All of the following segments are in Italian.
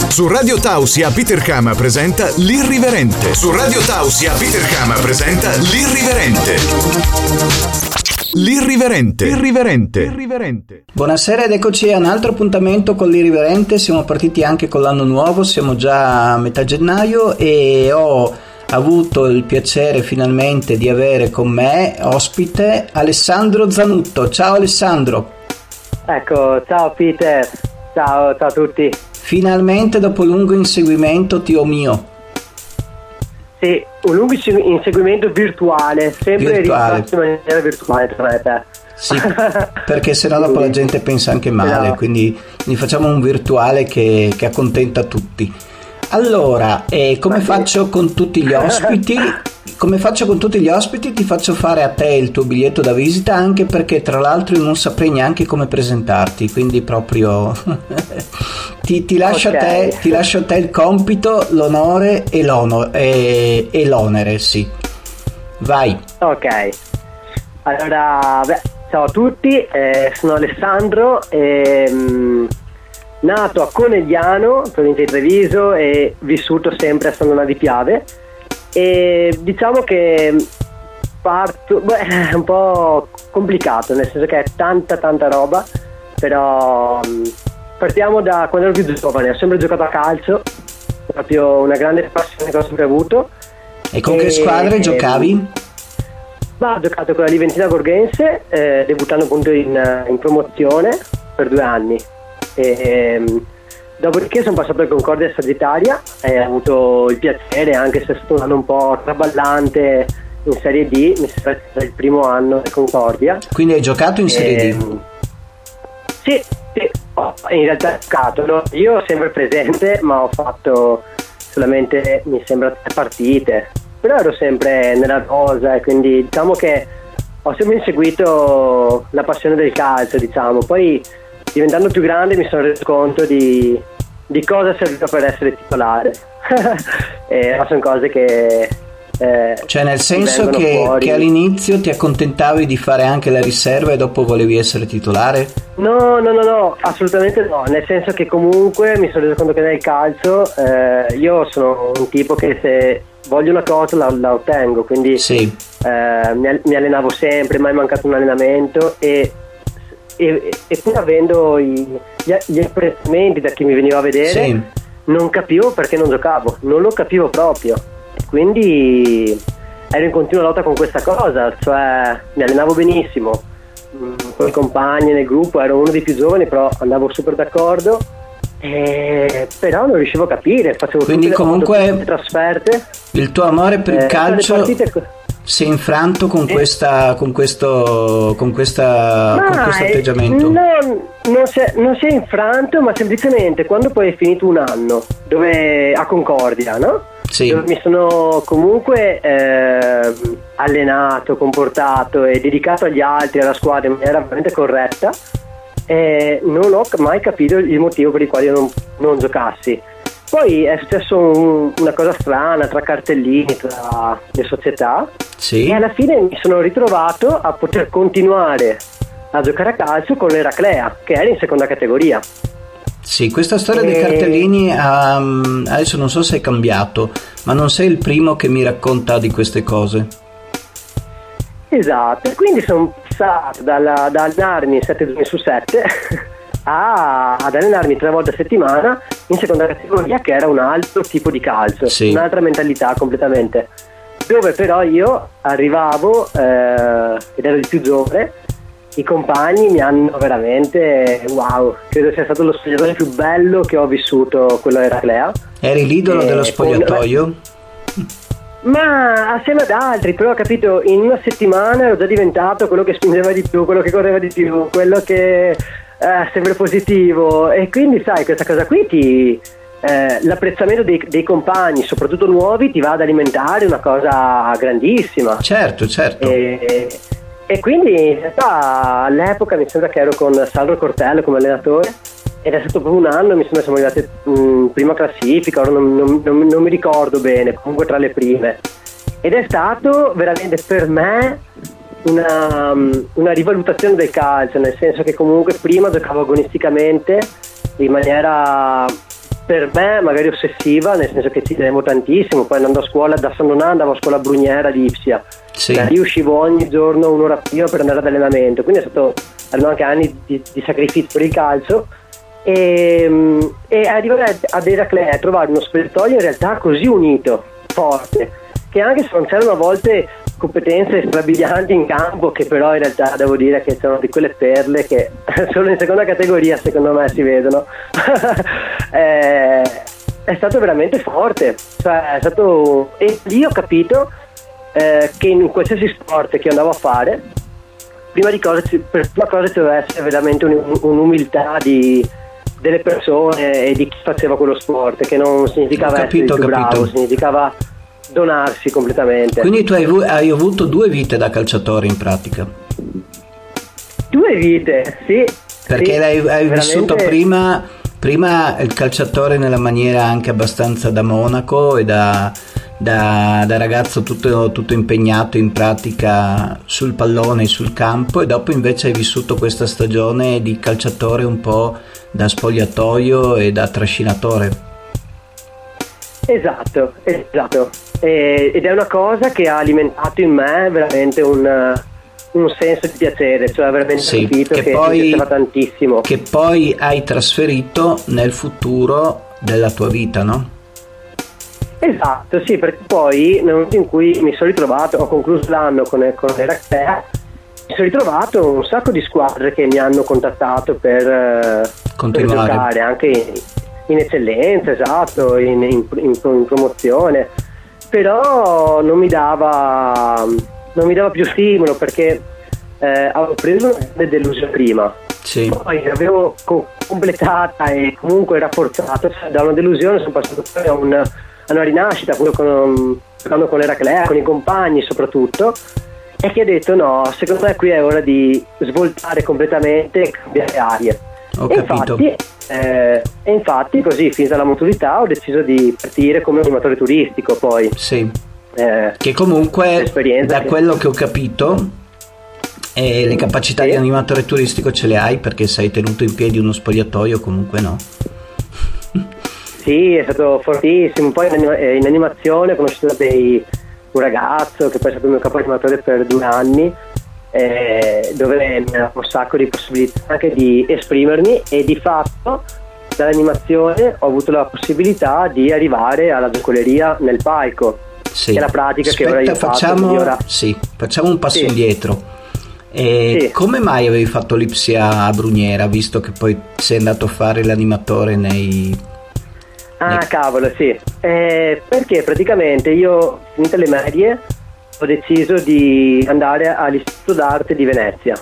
Su Radio Tausia Peter Kama presenta L'Irriverente. Su Radio Tausia Peter Kama presenta L'Irriverente. L'Irriverente. Buonasera ed eccoci a un altro appuntamento con l'Irriverente. Siamo partiti anche con l'anno nuovo, siamo già a metà gennaio e ho avuto il piacere finalmente di avere con me ospite Alessandro Zanutto. Ciao Alessandro. Ecco, ciao Peter, ciao a tutti. Finalmente dopo lungo inseguimento Tio mio. Sì, un lungo inseguimento virtuale, sempre in maniera virtuale tra te. Sì, perché sennò dopo la gente pensa anche male, quindi facciamo un virtuale che accontenta tutti. Allora, come faccio con tutti gli ospiti? Come faccio con tutti gli ospiti, ti faccio fare a te il tuo biglietto da visita, anche perché tra l'altro io non saprei neanche come presentarti, quindi proprio ti lascio a te il compito, l'onore e l'onere, sì. Vai. Ok. Allora, ciao a tutti, sono Alessandro, nato a Conegliano, provincia di Treviso, e vissuto sempre a San Donà di Piave. E diciamo che è un po' complicato, nel senso che è tanta roba, però partiamo da quando ero più giovane. Ho sempre giocato a calcio, proprio una grande passione che ho sempre avuto. E con che squadre giocavi? Ho giocato con la Liventina Borghense, debuttando appunto in promozione per 2 anni. Dopodiché sono passato al Concordia Sagittaria e ho avuto il piacere, anche se è stato un anno un po' traballante in Serie D, mi sembra che sia il primo anno del Concordia. Quindi hai giocato in Serie D? Sì, in realtà ho giocato, no? Io ho sempre presente, ma ho fatto solamente, mi sembra, 3 partite, però ero sempre nella rosa e quindi diciamo che ho sempre inseguito la passione del calcio, diciamo. Poi diventando più grande mi sono reso conto di cosa serviva per essere titolare. Ma sono cose che cioè nel senso che all'inizio ti accontentavi di fare anche la riserva e dopo volevi essere titolare? No, assolutamente no, nel senso che comunque mi sono reso conto che nel calcio io sono un tipo che se voglio una cosa la ottengo, quindi sì. Mi allenavo sempre, mai mancato un allenamento e pur avendo gli apprezzamenti da chi mi veniva a vedere, sì, non capivo perché non giocavo, non lo capivo proprio, quindi ero in continua lotta con questa cosa, cioè mi allenavo benissimo con i compagni nel gruppo, ero uno dei più giovani, però andavo super d'accordo, però non riuscivo a capire, facevo quindi comunque trasferte. Il tuo amore per il calcio si è infranto con questo atteggiamento? Non si è infranto, ma semplicemente quando poi è finito un anno a Concordia, no? Sì. Dove mi sono comunque allenato, comportato e dedicato agli altri, alla squadra in maniera veramente corretta, non ho mai capito il motivo per il quale io non giocassi. Poi è successo una cosa strana tra cartellini, tra le società, sì, e alla fine mi sono ritrovato a poter continuare a giocare a calcio con l'Eraclea, che era in seconda categoria. Sì, questa storia dei cartellini adesso non so se è cambiato, ma non sei il primo che mi racconta di queste cose. Esatto, e quindi sono passato da allenarmi 7 giorni su 7 ad allenarmi 3 volte a settimana in seconda categoria, che era un altro tipo di calcio, sì, un'altra mentalità completamente, dove però io arrivavo ed ero il più giovane. I compagni mi hanno veramente, wow, credo sia stato lo spogliatoio più bello che ho vissuto, quello a Eraclea. Eri l'idolo dello spogliatoio? Ma assieme ad altri, però ho capito, in una settimana ero già diventato quello che spingeva di più, quello che correva di più, quello che sempre positivo, e quindi sai, questa cosa qui l'apprezzamento dei compagni, soprattutto nuovi, ti va ad alimentare una cosa grandissima. Certo. E quindi in realtà all'epoca mi sembra che ero con Sandro Cortello come allenatore, ed è stato proprio un anno, mi sembra siamo arrivati in prima classifica, ora non mi ricordo bene, comunque tra le prime, ed è stato veramente per me una rivalutazione del calcio, nel senso che comunque prima giocavo agonisticamente in maniera per me magari ossessiva, nel senso che ci tenevo tantissimo. Poi andando a scuola, da San Donà andavo a scuola a Bruniera di Ipsia, io uscivo ogni giorno un'ora prima per andare ad allenamento, quindi erano anche anni di sacrificio per il calcio, e arrivare ad Eraclea e trovare uno spogliatoio in realtà così unito, forte, che anche se non c'erano a volte competenze strabilianti in campo, che però in realtà devo dire che c'erano di quelle perle che solo in seconda categoria secondo me si vedono. È stato veramente forte, cioè è stato, e lì ho capito che in qualsiasi sport che andavo a fare, per prima cosa ci doveva essere veramente un'umiltà delle persone e di chi faceva quello sport, che non significava essere il più bravo, significava donarsi completamente. Quindi tu hai avuto 2 vite da calciatore in pratica. 2 vite, sì. Perché sì, hai vissuto prima il calciatore nella maniera anche abbastanza da monaco e da ragazzo tutto impegnato in pratica sul pallone e sul campo, e dopo invece hai vissuto questa stagione di calciatore un po' da spogliatoio e da trascinatore. Esatto. Ed è una cosa che ha alimentato in me veramente un senso di piacere, cioè veramente capito che mi piaceva tantissimo. Che poi hai trasferito nel futuro della tua vita, no? Esatto, sì, perché poi nel momento in cui mi sono ritrovato, ho concluso l'anno con l'Eraclea, mi sono ritrovato un sacco di squadre che mi hanno contattato per giocare anche in eccellenza, esatto, in promozione, però non mi dava più stimolo, perché avevo preso una grande delusione prima, poi l'avevo completata e comunque rafforzata, cioè, da una delusione sono passato poi a una rinascita, giocando con l'Eraclea, con i compagni soprattutto, e che ha detto no, secondo me qui è ora di svoltare completamente e cambiare aria. Ho capito. Infatti così, finita la maturità, ho deciso di partire come animatore turistico poi. Sì. Che comunque da quello che ho capito le capacità di animatore turistico ce le hai, perché sei tenuto in piedi uno spogliatoio, comunque no? Sì, è stato fortissimo. Poi in animazione ho conosciuto un ragazzo che poi è stato il mio capo animatore per 2 anni, dove mi ha dato un sacco di possibilità anche di esprimermi, e di fatto dall'animazione ho avuto la possibilità di arrivare alla giocoleria nel palco, che è la pratica che ora io faccio. Facciamo un passo indietro. Come mai avevi fatto l'Ipsia a Bruniera, visto che poi sei andato a fare l'animatore cavolo, sì. Perché praticamente io, finite le medie, ho deciso di andare all'Istituto d'Arte di Venezia.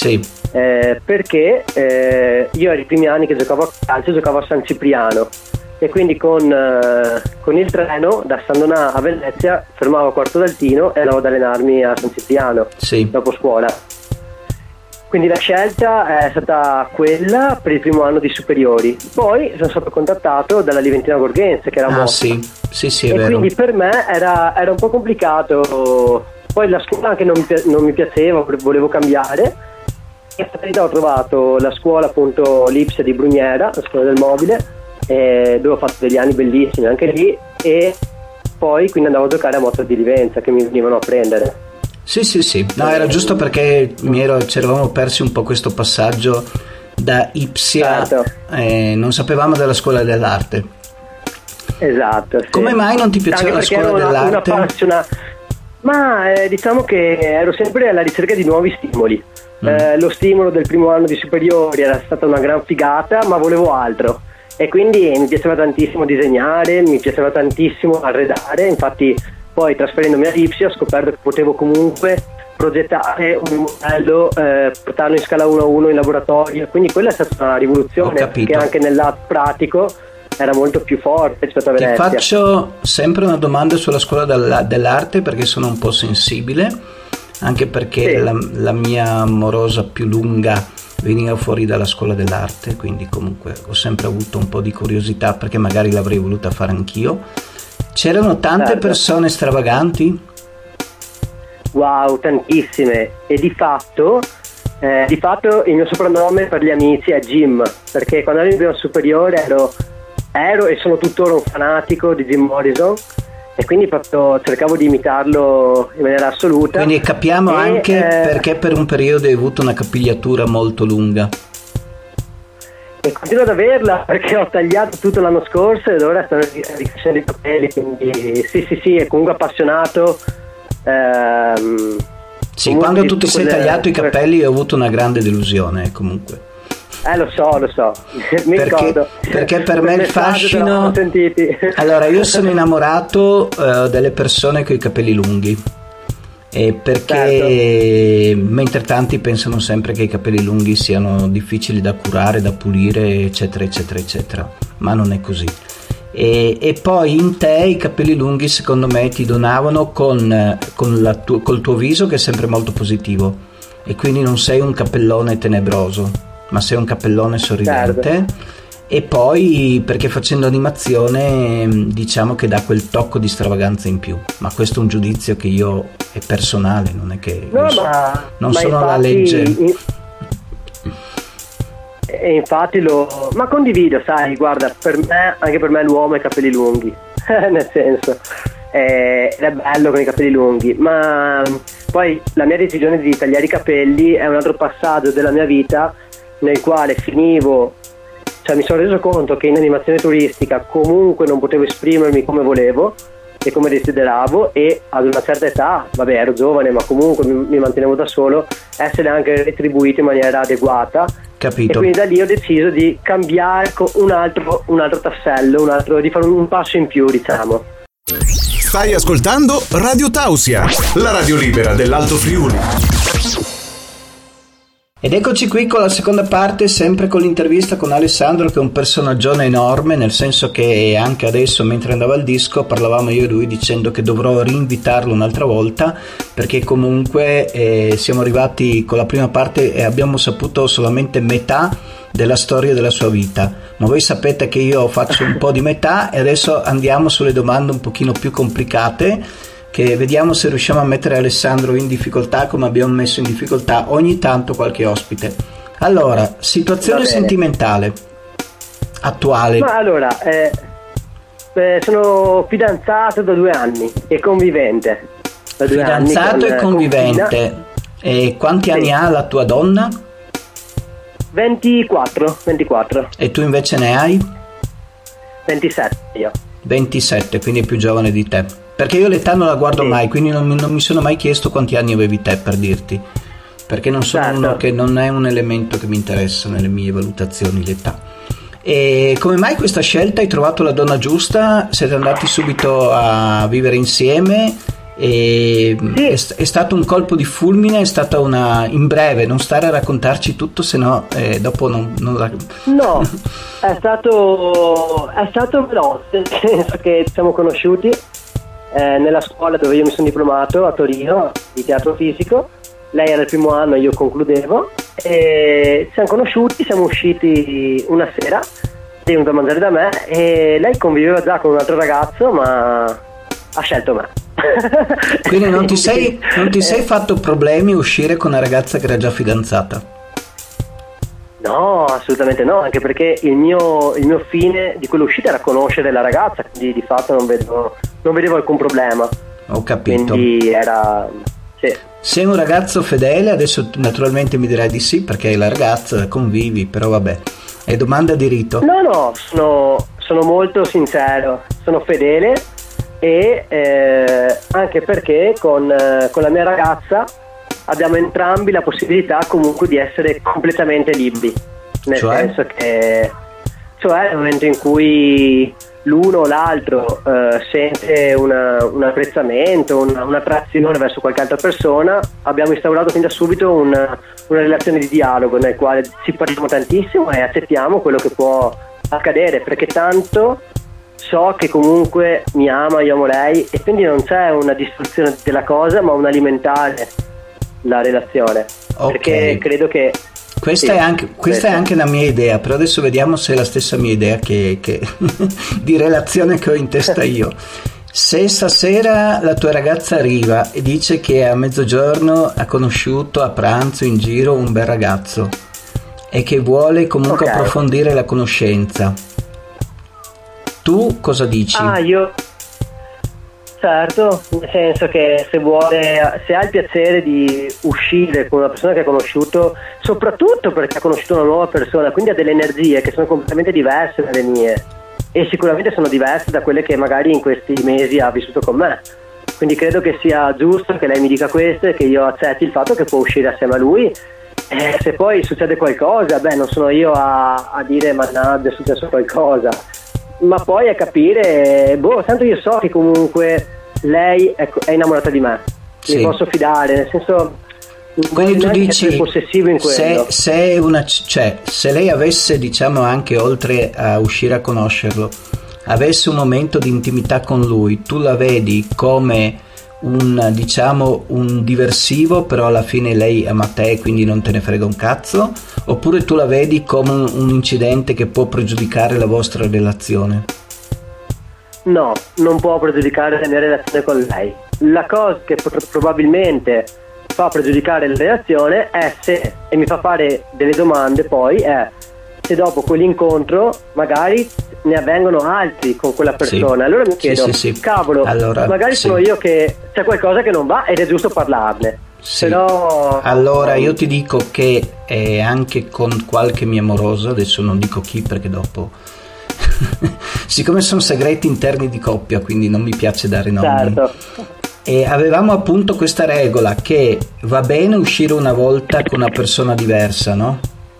Perché io ai primi anni che giocavo a calcio giocavo a San Cipriano, e quindi con il treno da San Donà a Venezia fermavo a Quarto d'Altino e andavo ad allenarmi a San Cipriano dopo scuola. Quindi la scelta è stata quella per il primo anno di superiori. Poi sono stato contattato dalla Liventina Gorghense, che era mossa. Sì, è vero. Quindi per me era un po' complicato. Poi la scuola anche non mi piaceva, volevo cambiare. In realtà ho trovato la scuola, appunto, l'Ipsia di Bruniera, la scuola del mobile, dove ho fatto degli anni bellissimi anche lì, e poi quindi andavo a giocare a Motta di Livenza, che mi venivano a prendere. Sì. No, era giusto perché ci eravamo persi un po' questo passaggio da Ipsia, non sapevamo della scuola dell'arte. Esatto. Sì. Come mai non ti piaceva la scuola dell'arte? Diciamo che ero sempre alla ricerca di nuovi stimoli. Lo stimolo del primo anno di superiori era stata una gran figata, ma volevo altro, e quindi mi piaceva tantissimo disegnare, mi piaceva tantissimo arredare. Infatti poi trasferendomi ad Ipsia ho scoperto che potevo comunque progettare un modello, portarlo in scala 1:1 in laboratorio, quindi quella è stata una rivoluzione, che anche nel lato pratico era molto più forte rispetto a Venezia. Ti faccio sempre una domanda sulla scuola dell'arte, perché sono un po' sensibile, anche perché la mia amorosa più lunga veniva fuori dalla scuola dell'arte, quindi comunque ho sempre avuto un po' di curiosità, perché magari l'avrei voluta fare anch'io. C'erano tante persone stravaganti? Wow, tantissime. E di fatto il mio soprannome per gli amici è Jim, perché quando ero in prima superiore ero ero e sono tuttora un fanatico di Jim Morrison, e quindi proprio cercavo di imitarlo in maniera assoluta. Quindi capiamo anche perché per un periodo hai avuto una capigliatura molto lunga. E continuo ad averla perché ho tagliato tutto l'anno scorso ed ora stanno ricrescendo i capelli, quindi sì, è comunque appassionato. Sì, quando tu ti sei tagliato i capelli ho avuto una grande delusione comunque. Lo so, mi ricordo. Perché per me il fascino... Allora, io sono innamorato delle persone con i capelli lunghi, perché mentre tanti pensano sempre che i capelli lunghi siano difficili da curare, da pulire, eccetera, eccetera, eccetera, ma non è così. E poi in te i capelli lunghi secondo me ti donavano col tuo viso, che è sempre molto positivo, e quindi non sei un cappellone tenebroso, ma sei un cappellone sorridente. Certo. E poi perché facendo animazione diciamo che dà quel tocco di stravaganza in più, ma questo è un giudizio che io è personale, non è che non sono infatti, la legge. E infatti ma condivido, sai, guarda, anche per me l'uomo ha i capelli lunghi nel senso ed è bello con i capelli lunghi, ma poi la mia decisione di tagliare i capelli è un altro passaggio della mia vita nel quale mi sono reso conto che in animazione turistica comunque non potevo esprimermi come volevo e come desideravo, e ad una certa età, vabbè, ero giovane ma comunque mi mantenevo da solo, essere anche retribuito in maniera adeguata. Capito. E quindi da lì ho deciso di cambiare un altro tassello, di fare un passo in più, diciamo. Stai ascoltando Radio Tausia, la radio libera dell'Alto Friuli. Ed eccoci qui con la seconda parte, sempre con l'intervista con Alessandro, che è un personaggione enorme, nel senso che anche adesso mentre andava il disco parlavamo io e lui dicendo che dovrò rinvitarlo un'altra volta, perché comunque siamo arrivati con la prima parte e abbiamo saputo solamente metà della storia della sua vita, ma voi sapete che io faccio un po' di metà e adesso andiamo sulle domande un pochino più complicate, che vediamo se riusciamo a mettere Alessandro in difficoltà come abbiamo messo in difficoltà ogni tanto qualche ospite. Allora, situazione sentimentale attuale. Ma allora, sono fidanzato da 2 anni e convivente. Fidanzato e convivente. E quanti anni ha la tua donna? 24. E tu invece ne hai? 27 io. 27, quindi è più giovane di te. Perché io l'età non la guardo mai, quindi non mi sono mai chiesto quanti anni avevi te, per dirti, perché non sono uno che non è un elemento che mi interessa nelle mie valutazioni, l'età. E come mai questa scelta? Hai trovato la donna giusta? Siete andati subito a vivere insieme? E sì. È stato un colpo di fulmine? È stata in breve, non stare a raccontarci tutto, se no dopo non No, è stato veloce, nel senso che ci siamo conosciuti nella scuola dove io mi sono diplomato a Torino di teatro fisico. Lei era il primo anno, io concludevo, e ci siamo conosciuti, siamo usciti una sera, è venuta a mangiare da me e lei conviveva già con un altro ragazzo, ma ha scelto me. Quindi non ti sei fatto problemi uscire con una ragazza che era già fidanzata? No, assolutamente no, anche perché il mio fine di quell'uscita era conoscere la ragazza, quindi di fatto non vedevo alcun problema. Ho capito. Quindi era... Sì. Sei un ragazzo fedele? Adesso naturalmente mi dirai di sì perché è la ragazza, convivi, però vabbè, è domanda di rito. No, sono molto sincero, sono fedele e anche perché con la mia ragazza abbiamo entrambi la possibilità comunque di essere completamente liberi, nel senso che nel momento in cui l'uno o l'altro sente un apprezzamento, un'attrazione verso qualche altra persona, abbiamo instaurato fin da subito una relazione di dialogo nel quale ci parliamo tantissimo e accettiamo quello che può accadere, perché tanto so che comunque mi ama, io amo lei, e quindi non c'è una distruzione della cosa ma un alimentare la relazione. Perché credo che questa è anche la mia idea, però adesso vediamo se è la stessa mia idea che di relazione che ho in testa io. Se stasera la tua ragazza arriva e dice che a mezzogiorno ha conosciuto a pranzo in giro un bel ragazzo e che vuole comunque approfondire la conoscenza, Tu cosa dici? Io certo, nel senso che se ha il piacere di uscire con una persona che ha conosciuto, soprattutto perché ha conosciuto una nuova persona, quindi ha delle energie che sono completamente diverse dalle mie e sicuramente sono diverse da quelle che magari in questi mesi ha vissuto con me, quindi credo che sia giusto che lei mi dica questo e che io accetti il fatto che può uscire assieme a lui. Se poi succede qualcosa, non sono io a dire mannaggia è successo qualcosa, ma poi a capire, tanto io so che comunque lei è innamorata di me, mi posso fidare, nel senso, quindi tu dici possessivo in quello. Se lei avesse, diciamo, anche oltre a uscire a conoscerlo, avesse un momento di intimità con lui, tu la vedi come un diversivo, però alla fine lei ama te, quindi non te ne frega un cazzo, oppure tu la vedi come un incidente che può pregiudicare la vostra relazione? No, non può pregiudicare la mia relazione con lei. La cosa che probabilmente fa pregiudicare la relazione è e mi fa fare delle domande poi, è se dopo quell'incontro magari ne avvengono altri con quella persona. Allora mi chiedo, cavolo, allora, magari sono io che c'è qualcosa che non va ed è giusto parlarne. Però allora io ti dico che anche con qualche mia amorosa, adesso non dico chi perché dopo siccome sono segreti interni di coppia, quindi non mi piace dare nomi. Certo. E avevamo appunto questa regola che va bene uscire una volta con una persona diversa, no?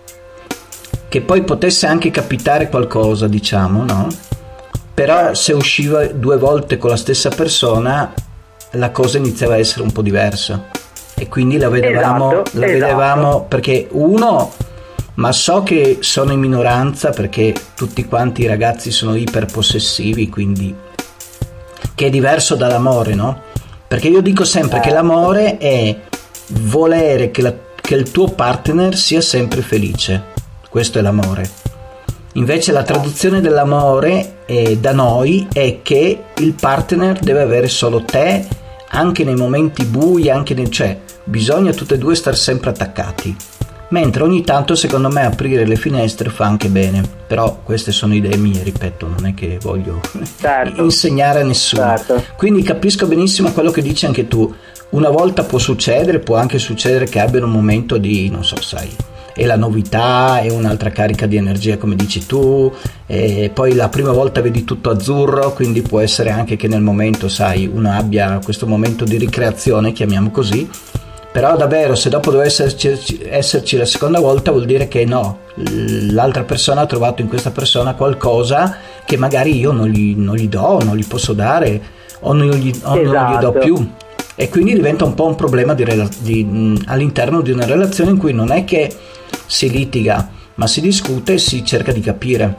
Che poi potesse anche capitare qualcosa, diciamo, no? Però se usciva 2 volte con la stessa persona la cosa iniziava a essere un po' diversa e quindi la vedevamo perché ma so che sono in minoranza perché tutti quanti i ragazzi sono iperpossessivi, quindi che è diverso dall'amore, no? Perché io dico sempre che l'amore è volere che il tuo partner sia sempre felice. Questo è l'amore. Invece la traduzione dell'amore da noi è che il partner deve avere solo te anche nei momenti bui, cioè bisogna tutte e due stare sempre attaccati. Mentre ogni tanto secondo me aprire le finestre fa anche bene. Però queste sono idee mie, ripeto, non è che voglio insegnare a nessuno. Quindi capisco benissimo quello che dici anche tu. Una volta può anche succedere che abbiano un momento di, non so, sai, è la novità, è un'altra carica di energia come dici tu, e poi la prima volta vedi tutto azzurro, quindi può essere anche che nel momento, sai, uno abbia questo momento di ricreazione, chiamiamo così, però davvero se dopo deve esserci la seconda volta vuol dire che no, l'altra persona ha trovato in questa persona qualcosa che magari io non gli do, non gli posso dare o non gli do più. E quindi diventa un po' un problema all'interno di una relazione in cui non è che si litiga, ma si discute e si cerca di capire.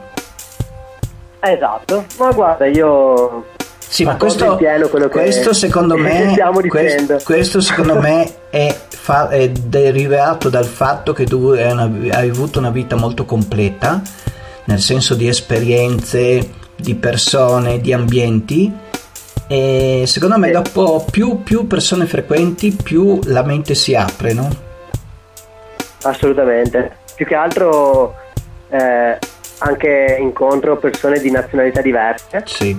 Esatto, ma guarda, io sì, ma questo secondo me questo secondo me è derivato dal fatto che tu hai avuto una vita molto completa, nel senso di esperienze, di persone, di ambienti. E secondo me dopo più persone frequenti, più la mente si apre, no? Assolutamente, più che altro anche incontro persone di nazionalità diverse,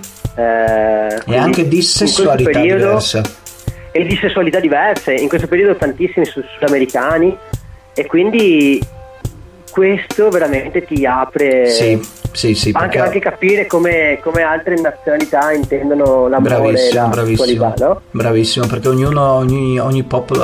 e anche di sessualità diversa e di sessualità diverse. In questo periodo tantissimi sudamericani, e quindi questo veramente ti apre anche capire come altre nazionalità intendono l'amore e la sessualità, no? Bravissimo, perché ogni popolo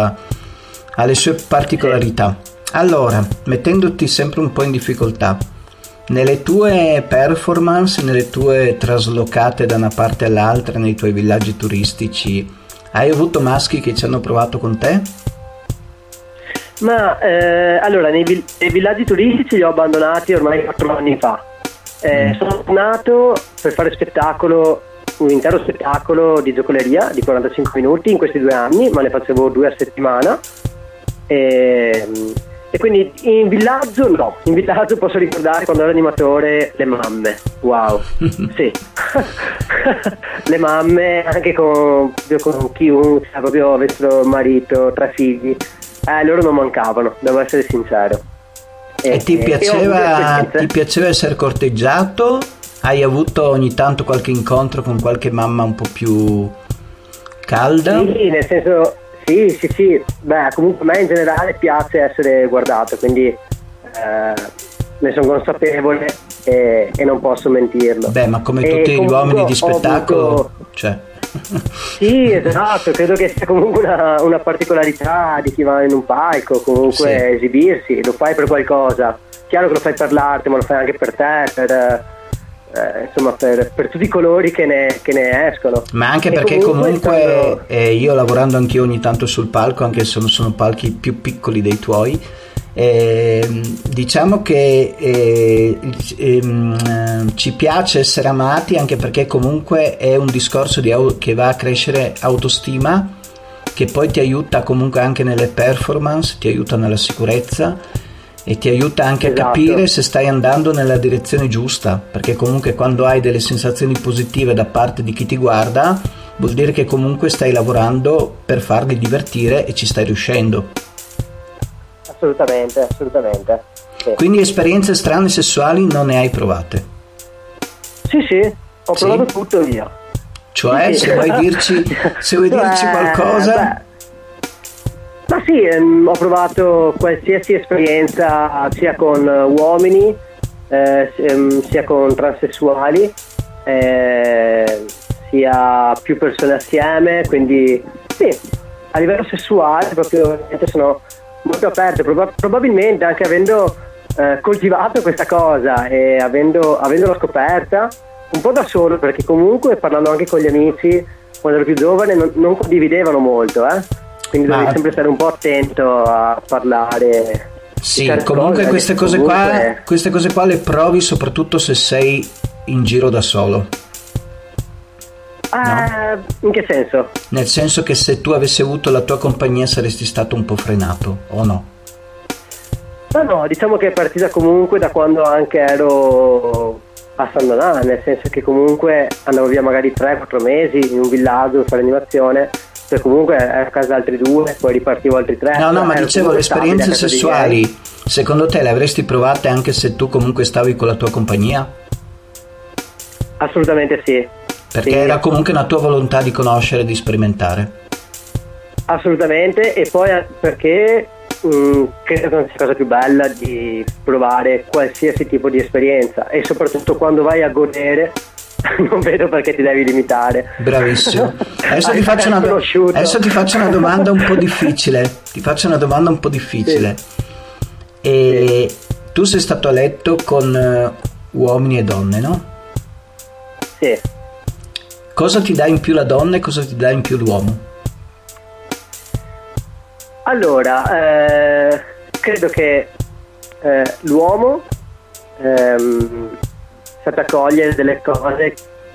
ha le sue particolarità. Allora, mettendoti sempre un po' in difficoltà, nelle tue performance, nelle tue traslocate da una parte all'altra, nei tuoi villaggi turistici, hai avuto maschi che ci hanno provato con te? Ma allora nei villaggi turistici li ho abbandonati ormai 4 anni fa. Sono nato per fare un intero spettacolo di giocoleria di 45 minuti in questi 2 anni, ma ne facevo 2 a settimana, e quindi in villaggio posso ricordare quando ero animatore le mamme, wow, sì. Le mamme anche con chiunque proprio avessero marito, 3 figli, loro non mancavano, devo essere sincero. E ti piaceva essere corteggiato Hai avuto ogni tanto qualche incontro con qualche mamma un po' più calda? Sì, nel senso, sì. Beh, comunque a me in generale piace essere guardato, quindi ne sono consapevole e non posso mentirlo. Beh, ma come tutti gli uomini di spettacolo, cioè. Sì, esatto, credo che sia comunque una particolarità di chi va in un palco, comunque esibirsi, lo fai per qualcosa. Chiaro che lo fai per l'arte, ma lo fai anche per te, insomma per tutti i colori che ne escono. Ma anche perché comunque io lavorando anch'io ogni tanto sul palco, anche se sono palchi più piccoli dei tuoi, diciamo che ci piace essere amati, anche perché comunque è un discorso che va a crescere autostima, che poi ti aiuta comunque anche nelle performance, ti aiuta nella sicurezza e ti aiuta anche a capire se stai andando nella direzione giusta, perché comunque quando hai delle sensazioni positive da parte di chi ti guarda vuol dire che comunque stai lavorando per farli divertire e ci stai riuscendo. Assolutamente. Sì. Quindi esperienze strane sessuali non ne hai provate? Sì, ho provato tutto io. Cioè, sì. se vuoi dirci qualcosa? Ma sì, ho provato qualsiasi esperienza sia con uomini sia con transessuali, sia più persone assieme, quindi sì, a livello sessuale proprio sono molto aperto, probabilmente anche avendo coltivato questa cosa e avendola scoperta un po' da solo, perché comunque parlando anche con gli amici quando ero più giovane non condividevano molto, quindi devi sempre stare un po' attento a parlare. Sì, comunque queste cose qua le provi soprattutto se sei in giro da solo. No? In che senso? Nel senso che se tu avessi avuto la tua compagnia saresti stato un po' frenato, o no? No, diciamo che è partita comunque da quando anche ero a San Donà, nel senso che comunque andavo via magari 3-4 mesi in un villaggio a fare animazione, cioè comunque ero a casa altri 2, poi ripartivo altri 3. No, ma dicevo, le esperienze sessuali secondo te le avresti provate anche se tu comunque stavi con la tua compagnia? Assolutamente sì. Perché era comunque una tua volontà di conoscere, di sperimentare. Assolutamente, e poi perché credo che non sia cosa più bella di provare qualsiasi tipo di esperienza, e soprattutto quando vai a godere non vedo perché ti devi limitare. Bravissimo. Adesso ti faccio una domanda un po' difficile. E tu sei stato a letto con uomini e donne, no? Sì. Cosa ti dà in più la donna e cosa ti dà in più l'uomo? Allora, credo che l'uomo sappia cogliere delle cose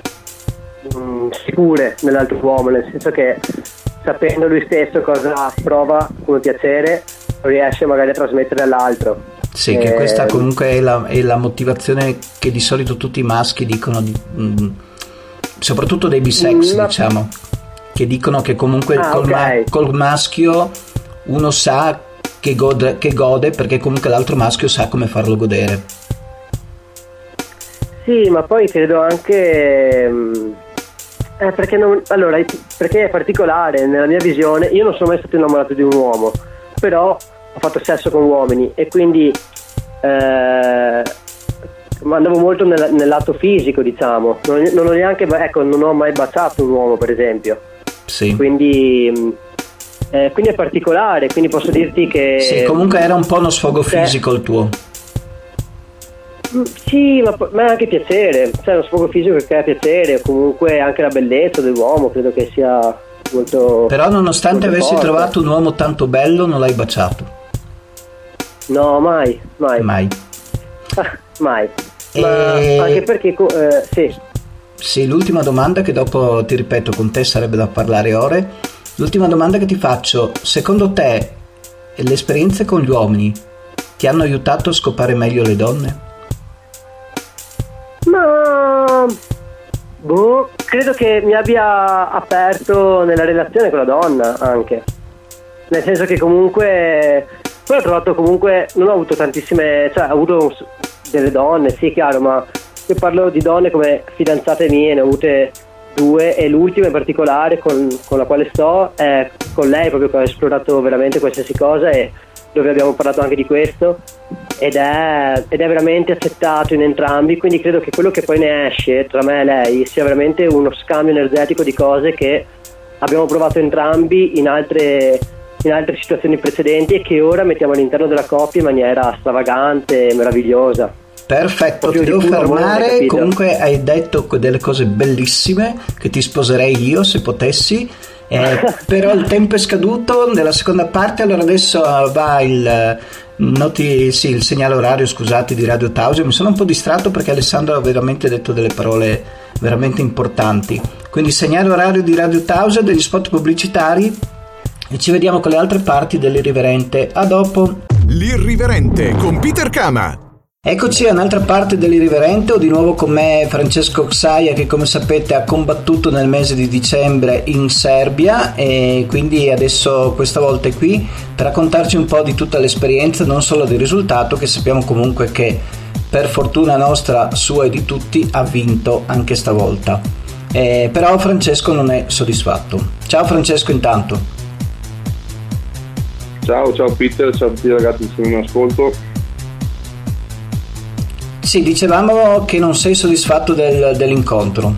sicure nell'altro uomo, nel senso che sapendo lui stesso cosa prova come piacere riesce magari a trasmettere all'altro. Sì, che questa comunque è la motivazione che di solito tutti i maschi dicono, soprattutto dei bisex, diciamo, che dicono che comunque col maschio uno sa che gode perché comunque l'altro maschio sa come farlo godere. Sì, ma poi credo anche perché è particolare nella mia visione. Io non sono mai stato innamorato di un uomo, però ho fatto sesso con uomini e quindi andavo molto nel lato fisico, diciamo. Non ho neanche, non ho mai baciato un uomo, per esempio. Sì. Quindi è particolare, quindi posso dirti che sì, comunque era un po' uno sfogo fisico il tuo. Sì, ma è anche piacere, cioè uno sfogo fisico che crea piacere, comunque anche la bellezza dell'uomo credo che sia molto. Però nonostante molto avessi forte. trovato un uomo tanto bello non l'hai baciato? No, mai. Mai. Mai. Ma anche perché sì, l'ultima domanda, che dopo ti ripeto con te sarebbe da parlare ore. L'ultima domanda che ti faccio: secondo te le esperienze con gli uomini ti hanno aiutato a scopare meglio le donne? Ma credo che mi abbia aperto nella relazione con la donna, anche nel senso che comunque poi ho trovato, comunque non ho avuto tantissime, cioè ho avuto delle donne, sì, chiaro, ma io parlo di donne come fidanzate mie, ne ho avute 2 e l'ultima in particolare con la quale sto è con lei, proprio che ho esplorato veramente qualsiasi cosa e dove abbiamo parlato anche di questo ed è veramente accettato in entrambi, quindi credo che quello che poi ne esce tra me e lei sia veramente uno scambio energetico di cose che abbiamo provato entrambi in altre situazioni precedenti e che ora mettiamo all'interno della coppia in maniera stravagante e meravigliosa. Perfetto, ti devo fermare. Comunque hai detto delle cose bellissime che ti sposerei io se potessi. Però il tempo è scaduto nella seconda parte, allora adesso va il segnale orario, scusate, di Radio Tausia. Mi sono un po' distratto perché Alessandro ha veramente detto delle parole veramente importanti, quindi segnale orario di Radio Tausia, degli spot pubblicitari e ci vediamo con le altre parti dell'Irriverente. A dopo. L'Irriverente con Peter Kama. Eccoci a un'altra parte dell'Irriverente, ho di nuovo con me Francesco Xaia che come sapete ha combattuto nel mese di dicembre in Serbia e quindi adesso questa volta è qui per raccontarci un po' di tutta l'esperienza, non solo del risultato che sappiamo comunque che per fortuna nostra, sua e di tutti ha vinto anche stavolta. Però Francesco non è soddisfatto. Ciao Francesco intanto. Ciao Peter, ciao a tutti i ragazzi che sono in ascolto. Sì, dicevamo che non sei soddisfatto dell'incontro.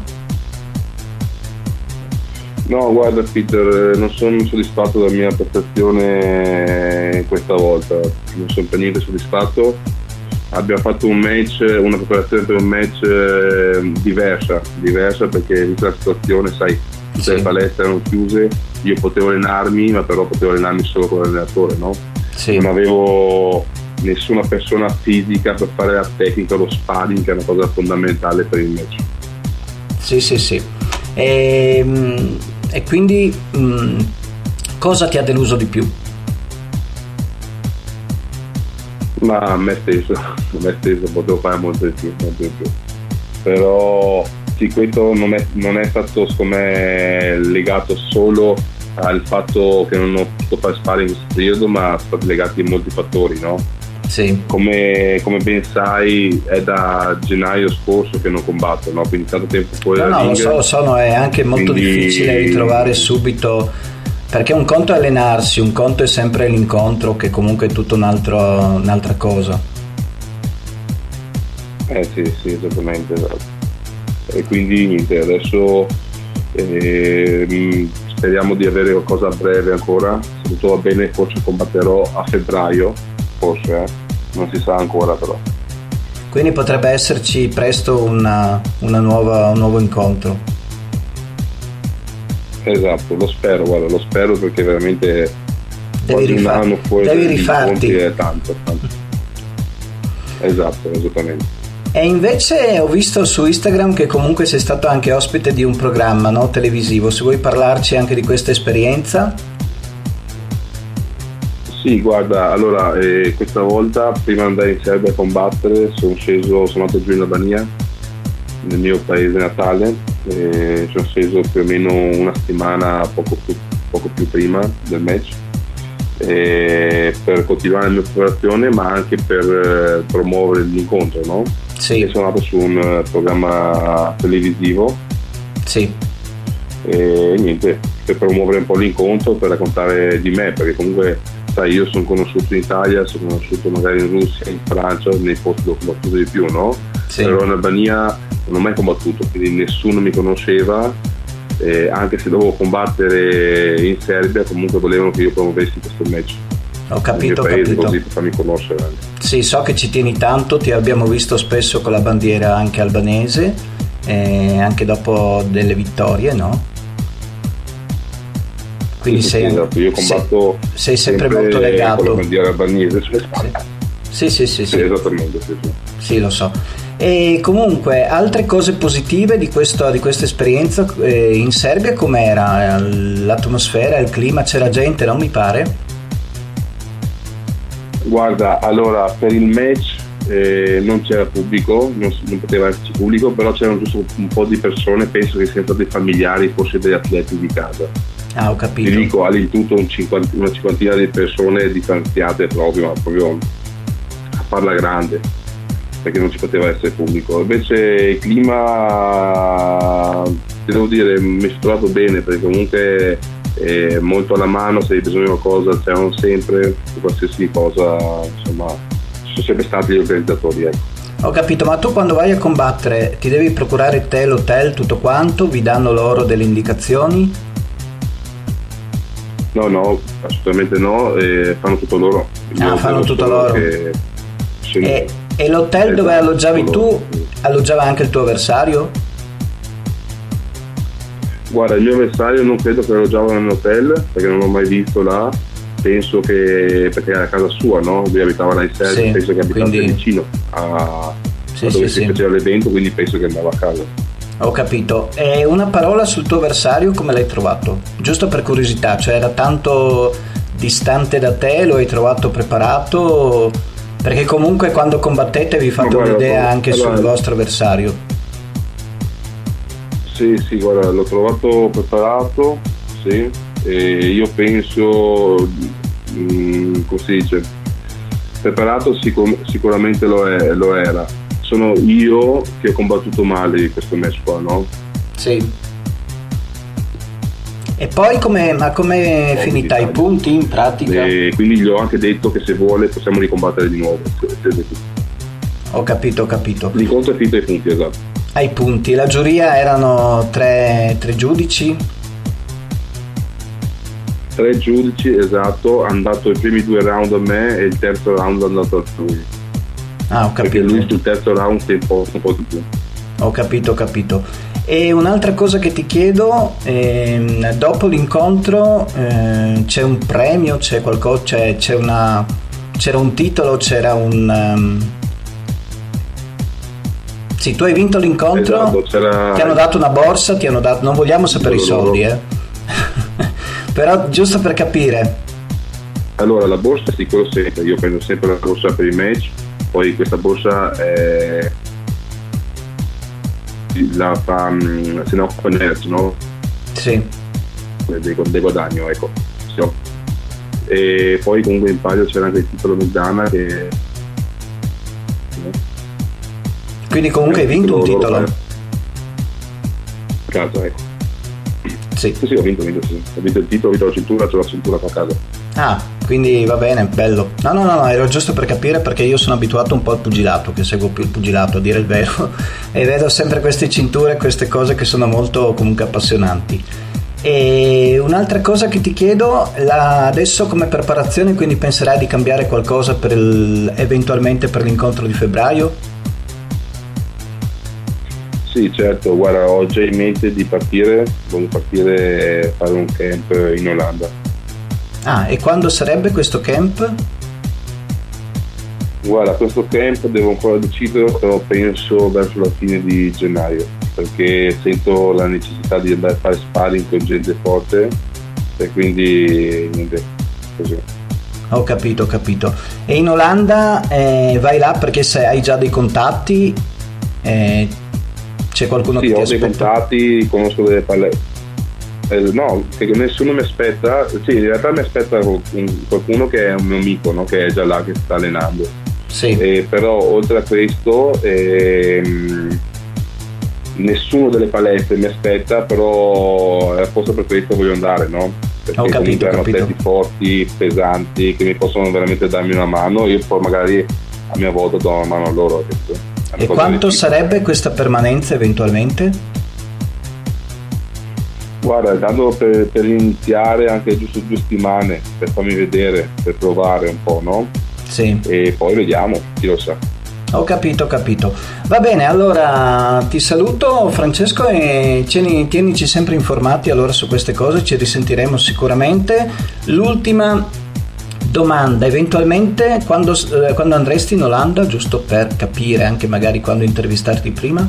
No, guarda Peter, non sono soddisfatto della mia prestazione questa volta, non sono per niente soddisfatto. Abbiamo fatto un match, una preparazione per un match diversa perché vista la situazione, sai, le palestre erano chiuse, io potevo allenarmi, ma però potevo allenarmi solo con l'allenatore, no? Sì. Non avevo nessuna persona fisica per fare la tecnica, lo sparring, che è una cosa fondamentale per il match. Sì. E quindi cosa ti ha deluso di più? Ma a me stesso potevo fare molto di più. Però sì, questo non è stato secondo me legato solo al fatto che non ho potuto fare sparring in questo periodo, ma sono stati legati a molti fattori, no? Sì. Come ben sai è da gennaio scorso che non combatto, no? Quindi tanto tempo fuori dal ring. Lo so, è anche molto difficile ritrovare subito, perché un conto è allenarsi, un conto è sempre l'incontro che comunque è tutto un'altra cosa. Sì, esattamente, esatto. E quindi niente, adesso speriamo di avere qualcosa a breve ancora, se tutto va bene forse combatterò a febbraio, forse, non si sa ancora però. Quindi potrebbe esserci presto un nuovo incontro. Esatto, lo spero perché veramente un anno fuori devi rifarti. È tanto. Esatto, esattamente. E invece ho visto su Instagram che comunque sei stato anche ospite di un programma, no, televisivo, se vuoi parlarci anche di questa esperienza? Sì, guarda, allora questa volta prima di andare in Serbia a combattere sono andato giù in Albania, nel mio paese natale, sono sceso più o meno una settimana poco più prima del match per continuare la mia preparazione, ma anche per promuovere l'incontro, no? Sì. E sono andato su un programma televisivo. Sì. E niente, per promuovere un po' l'incontro, per raccontare di me, perché comunque sai, io sono conosciuto in Italia, sono conosciuto magari in Russia, in Francia, nei posti dove ho combattuto di più, no? Sì. Però in Albania non ho mai combattuto, quindi nessuno mi conosceva, anche se dovevo combattere in Serbia, comunque volevano che io promuovessi questo match. Ho capito. Così per farmi conoscere anche. Sì, so che ci tieni tanto, ti abbiamo visto spesso con la bandiera anche albanese, anche dopo delle vittorie, no? Quindi sì, esatto. Io combatto sei sempre molto legato con la bandiera albanese sulle spalle. Sì. Esattamente, sì. Sì, lo so. E comunque altre cose positive di questa esperienza in Serbia, com'era l'atmosfera, il clima, c'era gente, non mi pare? Guarda, allora per il match non c'era pubblico, non poteva esserci pubblico, però c'erano giusto un po' di persone, penso che siano stati familiari forse degli atleti di casa. Ah, ho capito. Ti dico, all'intuito una cinquantina di persone distanziate proprio a farla grande. perché non ci poteva essere pubblico. Invece il clima, devo dire, mi sono trovato bene, perché comunque è molto alla mano, se hai bisogno di qualcosa c'erano sempre, qualsiasi cosa, insomma, sono sempre stati gli organizzatori, ecco. Ho capito, ma tu quando vai a combattere ti devi procurare te l'hotel, tutto quanto? Vi danno loro delle indicazioni? No, assolutamente no, fanno tutto loro. Fanno tutto loro. E l'hotel dove alloggiavi tu, alloggiava anche il tuo avversario? Guarda, il mio avversario non credo che alloggiava nell'hotel, perché non l'ho mai visto là. Penso che, perché era a casa sua, no? Lui abitava là in Serbia, penso che abitasse vicino a dove si faceva l'evento, quindi penso che andava a casa. Ho capito. E una parola sul tuo avversario, come l'hai trovato? Giusto per curiosità, cioè era tanto distante da te, lo hai trovato preparato? Perché comunque quando combattete vi fate un'idea anche sul vostro avversario. Sì, guarda, l'ho trovato preparato, sì, e io penso, come si dice, preparato sicuramente lo era. Sono io che ho combattuto male in questo match qua, no? Sì. E poi come è finita? I punti in pratica? E quindi gli ho anche detto che se vuole possiamo ricombattere di nuovo. Ho capito. L'incontro è finito ai punti, esatto. Ai punti. La giuria erano tre giudici? 3 giudici, esatto. Hanno dato i primi 2 round a me e il terzo round è andato a lui. Ho capito. Perché lui sul terzo round si è un po' di più. Ho capito. E un'altra cosa che ti chiedo, dopo l'incontro c'è un premio, c'è qualcosa, c'era un titolo, c'era un... Sì, tu hai vinto l'incontro, esatto, ti hanno dato una borsa, non vogliamo sapere i soldi, però giusto per capire. Allora, la borsa sicuro sempre, io prendo sempre la borsa per i match, poi questa borsa la fa se no Nerds, no? Sì. Dei guadagno, ecco. E poi comunque in palio c'era anche il titolo Midana che... Quindi comunque hai vinto un titolo? A casa, ecco. Sì, ho vinto il titolo, ho vinto la cintura, c'ho la cintura a casa. Quindi va bene, bello. No, ero giusto per capire, perché io sono abituato un po' al pugilato, che seguo più il pugilato, a dire il vero, e vedo sempre queste cinture, queste cose che sono molto comunque appassionanti. E un'altra cosa che ti chiedo, adesso come preparazione, quindi penserai di cambiare qualcosa eventualmente per l'incontro di febbraio? Sì, certo, guarda, ho già in mente di voglio partire e fare un camp in Olanda. E quando sarebbe questo camp? Guarda, questo camp devo ancora decidere, però penso verso la fine di gennaio, perché sento la necessità di andare a fare sparring con gente forte e quindi niente, così. Ho capito. E in Olanda vai là perché se hai già dei contatti? C'è qualcuno che ti aspetta? Sì, ho dei contatti, conosco delle palestre. No, che nessuno mi aspetta. Sì, in realtà mi aspetta qualcuno che è un mio amico, no? Che è già là, che sta allenando. Sì. Però oltre a questo nessuno delle palestre mi aspetta, però è apposta per questo voglio andare, no? Perché ho capito. Hanno atleti forti, pesanti, che mi possono veramente darmi una mano, io poi magari a mia volta do una mano a loro. E quanto sarebbe questa permanenza eventualmente? Guarda, tanto per iniziare anche giusto 2 settimane, per farmi vedere, per provare un po', no? Sì. E poi vediamo, chi lo sa. Ho capito. Va bene, allora ti saluto Francesco e tienici sempre informati allora su queste cose, ci risentiremo sicuramente. L'ultima domanda, eventualmente quando andresti in Olanda, giusto per capire anche magari quando intervistarti prima?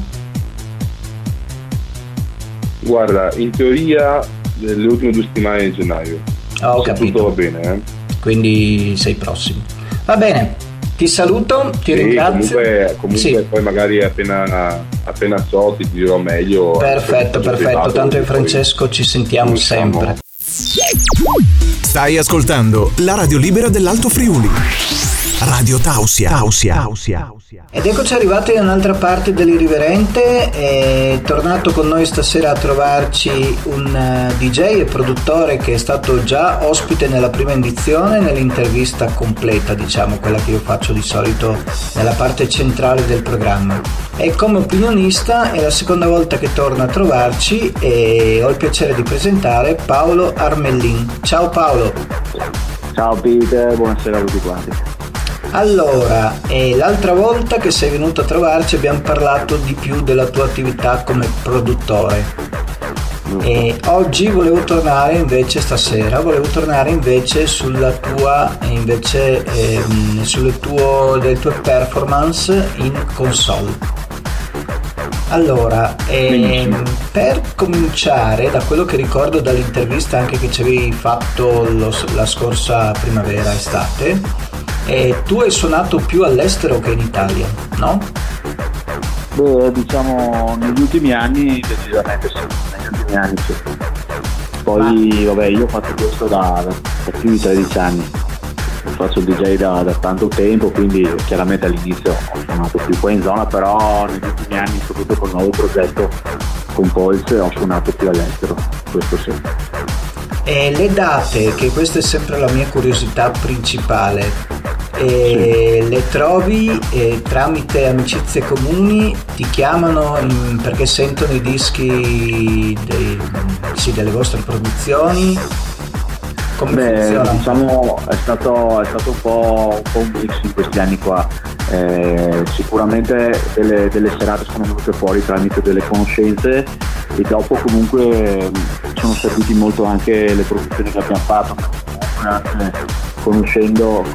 Guarda, in teoria le ultime 2 settimane di gennaio. Ho capito. Tutto va bene, Quindi sei prossimo. Va bene, ti saluto, ti ringrazio. Comunque sì. Poi magari appena so ti dirò meglio. Perfetto, tanto Francesco ci sentiamo sempre. Stai ascoltando la Radio Libera dell'Alto Friuli. Radio Tausia. Ed eccoci arrivati in un'altra parte dell'Irriverente. È tornato con noi stasera a trovarci un DJ e produttore che è stato già ospite nella prima edizione, nell'intervista completa, diciamo, quella che io faccio di solito nella parte centrale del programma. E come opinionista è la seconda volta che torna a trovarci e ho il piacere di presentare Paolo Armellin. Ciao Paolo. Ciao Peter, buonasera a tutti quanti. Allora, l'altra volta che sei venuto a trovarci abbiamo parlato di più della tua attività come produttore. E oggi stasera volevo tornare invece sulla tua delle tue performance in console. Allora, per cominciare, da quello che ricordo dall'intervista anche che ci avevi fatto la scorsa primavera-estate, tu hai suonato più all'estero che in Italia, no? Beh, diciamo negli ultimi anni decisamente sì, negli ultimi anni sì. Poi vabbè, io ho fatto questo da più di 13 anni. Faccio il DJ da tanto tempo, quindi chiaramente all'inizio ho suonato più qua in zona, però negli ultimi anni, soprattutto col nuovo progetto con Pulse, ho suonato più all'estero, questo sì. E le date, che questa è sempre la mia curiosità principale, sì. Le trovi tramite amicizie comuni, ti chiamano perché sentono i dischi delle vostre produzioni? Come funziona? Diciamo è stato un po' un mix in questi anni qua. Sicuramente delle serate sono venute fuori tramite delle conoscenze e dopo comunque sono serviti molto anche le produzioni che abbiamo fatto, conoscendo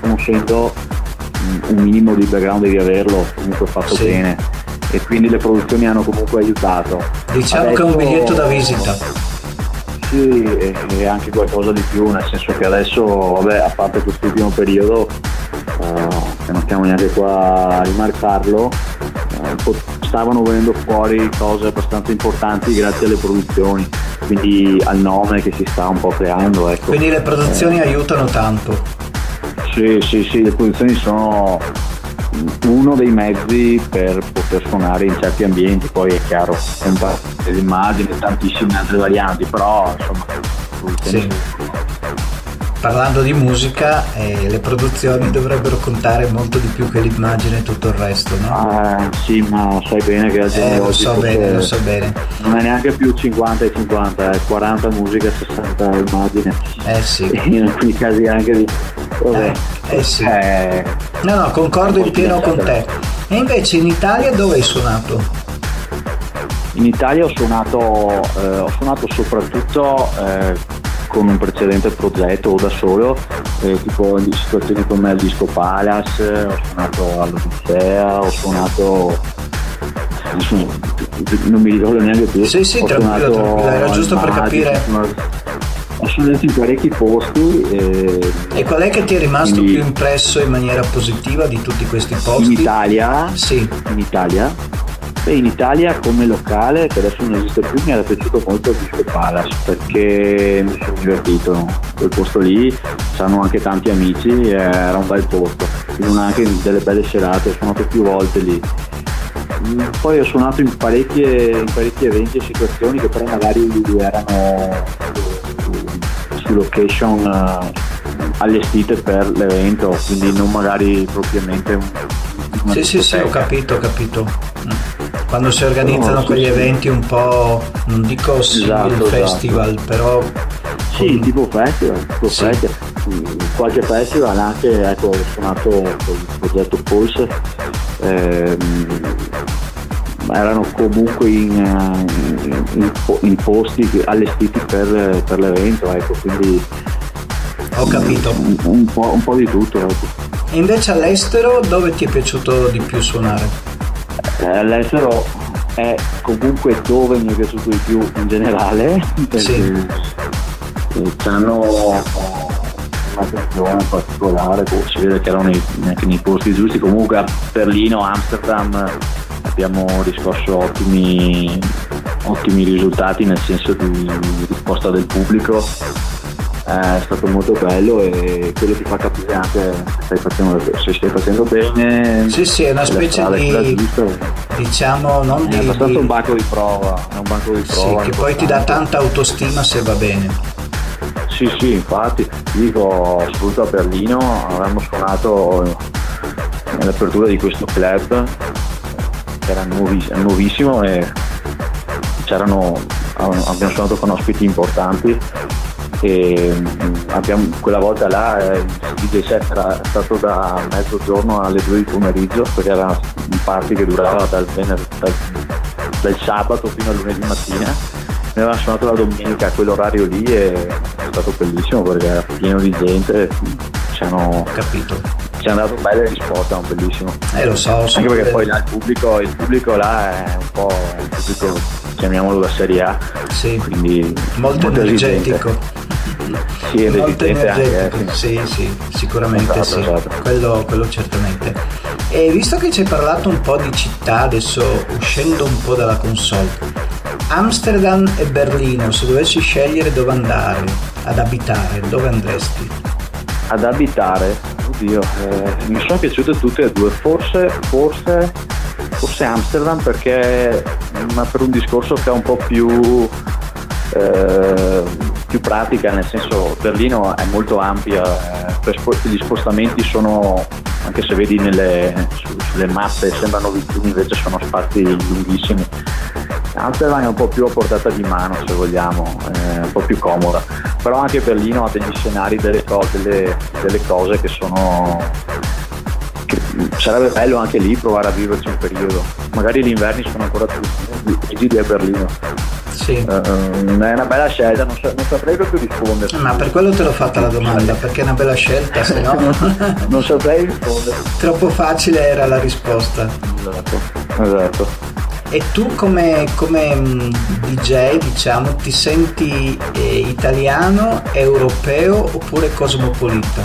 un minimo di background devi averlo comunque fatto bene, e quindi le produzioni hanno comunque aiutato. Diciamo adesso, che è un biglietto da visita. Sì, e anche qualcosa di più, nel senso che adesso, vabbè, a parte quest'ultimo periodo, che non stiamo neanche qua a rimarcarlo, stavano venendo fuori cose abbastanza importanti grazie alle produzioni, quindi al nome che si sta un po' creando, ecco. Quindi le produzioni aiutano tanto. Sì, le produzioni sono uno dei mezzi per poter suonare in certi ambienti, poi è chiaro, è un po' l'immagine, tantissime altre varianti, però insomma sì. Parlando di musica, le produzioni dovrebbero contare molto di più che l'immagine e tutto il resto, no? Sì, ma sai bene che oggi lo so bene. Non è neanche più 50 e 50, è 40 musica, 60 immagine. Sì. E in alcuni casi anche di... Vabbè. Sì. No, concordo in pieno con te. E invece in Italia dove hai suonato? In Italia ho suonato soprattutto con un precedente progetto o da solo, tipo in situazioni come al Disco Palace, ho suonato all'Odissea, ho suonato, non mi ricordo neanche più. Sì, tranquillo, era giusto per capire. Ho suonato in parecchi posti. E qual è che ti è rimasto più impresso in maniera positiva di tutti questi posti? In Italia? Sì. In Italia? In Italia come locale, che adesso non esiste più, mi era piaciuto molto il Disco Palace perché mi sono divertito, quel posto lì, sanno anche tanti amici, era un bel posto, quindi anche delle belle serate, ho suonato più volte lì. Poi ho suonato in parecchi eventi e situazioni che però magari erano su location allestite per l'evento, quindi non magari propriamente sì, ho capito. Quando si organizzano quegli eventi un po', non dico il festival, però sì, tipo festival. Qualche festival anche, ecco, ho suonato con il progetto Pulse, erano comunque in posti allestiti per l'evento, ecco, quindi ho capito un po' di tutto, ecco. E invece all'estero dove ti è piaciuto di più suonare? All'estero è comunque dove mi è piaciuto di più in generale, perché hanno un'attenzione particolare, si vede che erano neanche nei posti giusti. Comunque a Berlino, Amsterdam abbiamo riscosso ottimi risultati nel senso di risposta del pubblico. è stato molto bello, e quello ti fa capire anche se stai facendo bene. Sì, è una specie di, diciamo, non è abbastanza un banco di prova, sì, che poi ti dà tanta autostima se va bene. Sì, infatti dico, soprattutto a Berlino avevamo suonato nell'apertura di questo club che era nuovissimo, e abbiamo suonato con ospiti importanti, e quella volta là il DJ set era stato da mezzogiorno alle 2 di pomeriggio, perché era un party che durava dal sabato fino a lunedì mattina. Noi avevamo suonato la domenica a quell'orario lì, e è stato bellissimo perché era pieno di gente, ci hanno dato belle risposte, è bellissimo. Lo so, anche perché poi là il pubblico là è un po' un pubblico, chiamiamolo da Serie A, sì, quindi molto energetico. Sì, molto energetico, anche, sì, sicuramente. Esatto. Quello certamente. E visto che ci hai parlato un po' di città, adesso uscendo un po' dalla console, Amsterdam e Berlino, se dovessi scegliere dove andare ad abitare, dove andresti? Ad abitare? Oddio, mi sono piaciute tutte e due, forse Amsterdam, ma per un discorso che è un po' più pratica, nel senso Berlino è molto ampia, gli spostamenti sono, anche se vedi sulle mappe sembrano vicini, invece sono spazi lunghissimi. Amsterdam è un po' più a portata di mano, se vogliamo, è un po' più comoda, però anche Berlino ha degli scenari, delle cose che sarebbe bello anche lì provare a viverci un periodo. Magari gli inverni sono ancora più rigidi a Berlino. Sì. È una bella scelta, non saprei proprio rispondere. Ma per quello te l'ho fatta la domanda, perché è una bella scelta, se no non saprei rispondere. Troppo facile era la risposta. Esatto. E tu come DJ, diciamo, ti senti italiano, europeo oppure cosmopolita?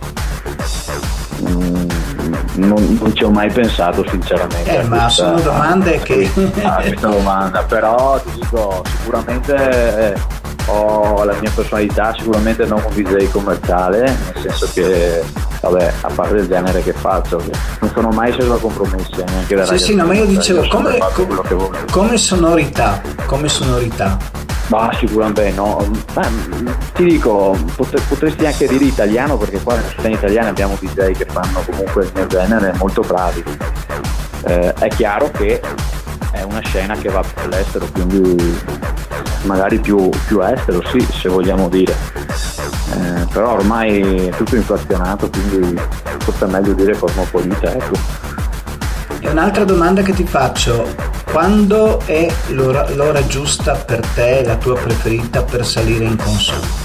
Non ci ho mai pensato sinceramente. Ma sono domande che... questa domanda, però ti dico, sicuramente ho la mia personalità, sicuramente non un DJ commerciale, nel senso che, vabbè, a parte il genere che faccio, non sono mai sceso a compromessi, neanche da ragazzi. Sì, no, ma io dicevo come sonorità. Ma sicuramente no. Ti dico, potresti anche dire italiano, perché qua nella città italiana abbiamo DJ che fanno comunque il mio genere molto bravi. È chiaro che è una scena che va per l'estero, quindi magari più estero, sì, se vogliamo dire. Però ormai è tutto inflazionato, quindi forse è meglio dire cosmopolita, ecco. E un'altra domanda che ti faccio: quando è l'ora giusta per te, la tua preferita per salire in console?